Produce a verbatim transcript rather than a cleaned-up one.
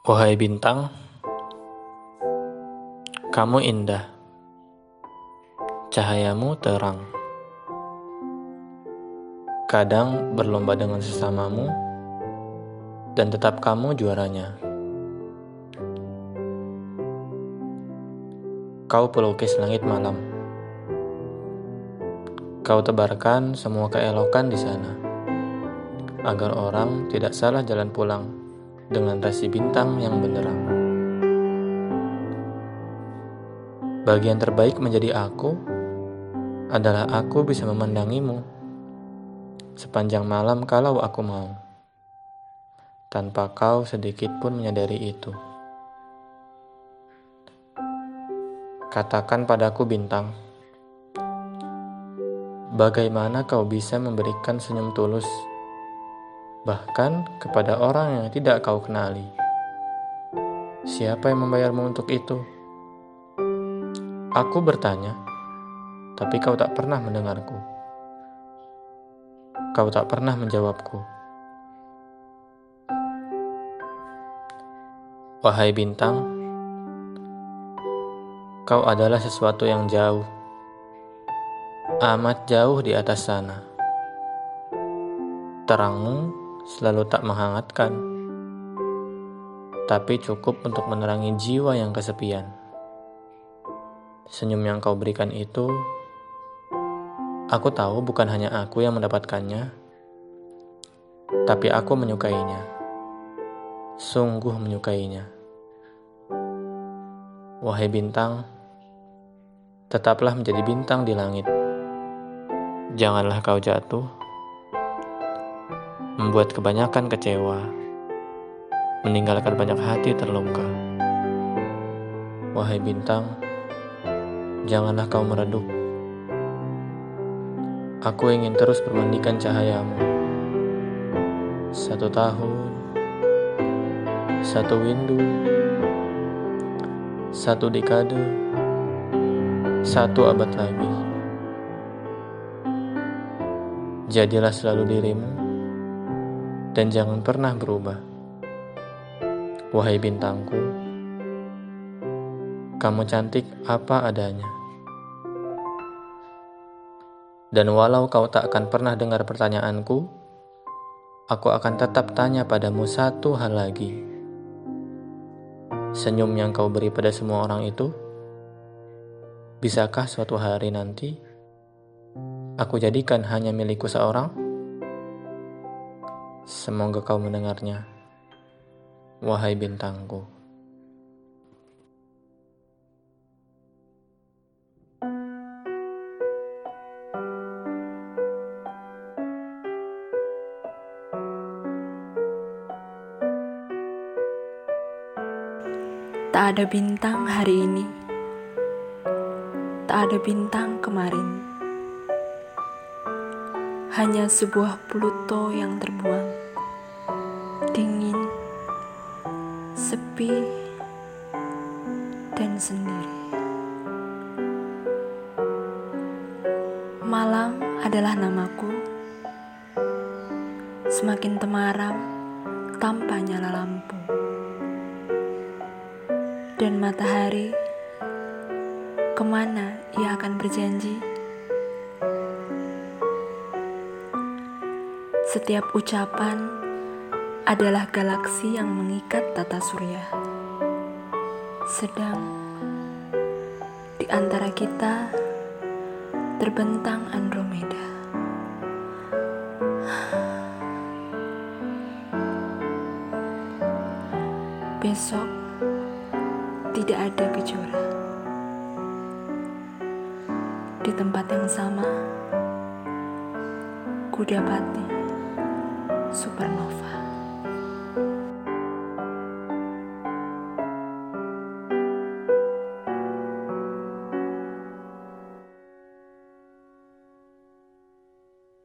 Wahai bintang, kamu indah, cahayamu terang. Kadang berlomba dengan sesamamu, dan tetap kamu juaranya. Kau pelukis langit malam. Kau tebarkan semua keelokan di sana, agar orang tidak salah jalan pulang dengan rasi bintang yang benderang. Bagian terbaik menjadi aku adalah aku bisa memandangimu sepanjang malam kalau aku mau, tanpa kau sedikit pun menyadari itu. Katakan padaku bintang, bagaimana kau bisa memberikan senyum tulus, bahkan kepada orang yang tidak kau kenali? Siapa yang membayarmu untuk itu? Aku bertanya, tapi kau tak pernah mendengarku. Kau tak pernah menjawabku. Wahai bintang, kau adalah sesuatu yang jauh, amat jauh di atas sana. Terangmu selalu tak menghangatkan, tapi cukup untuk menerangi jiwa yang kesepian. Senyum yang kau berikan itu, aku tahu bukan hanya aku yang mendapatkannya, tapi aku menyukainya, sungguh menyukainya. Wahai bintang, tetaplah menjadi bintang di langit. Janganlah kau jatuh, membuat kebanyakan kecewa, meninggalkan banyak hati terluka. Wahai bintang, janganlah kau meredup. Aku ingin terus bermandikan cahayamu. Satu tahun, satu windu, satu dekade, satu abad lagi. Jadilah selalu dirimu, dan jangan pernah berubah. Wahai bintangku, kamu cantik apa adanya. Dan walau kau tak akan pernah dengar pertanyaanku, aku akan tetap tanya padamu satu hal lagi. Senyum yang kau beri pada semua orang itu, bisakah suatu hari nanti aku jadikan hanya milikku seorang? Semoga kau mendengarnya, wahai bintangku. Tak ada bintang hari ini, tak ada bintang kemarin. Hanya sebuah Pluto yang terbuang, dingin, sepi, dan sendiri. Malam adalah namaku, semakin temaram tanpa nyala lampu. Dan matahari, kemana ia akan berjanji? Setiap ucapan adalah galaksi yang mengikat tata surya. Sedang di antara kita terbentang Andromeda. Besok tidak ada kejora. Di tempat yang sama, ku dapati supernova.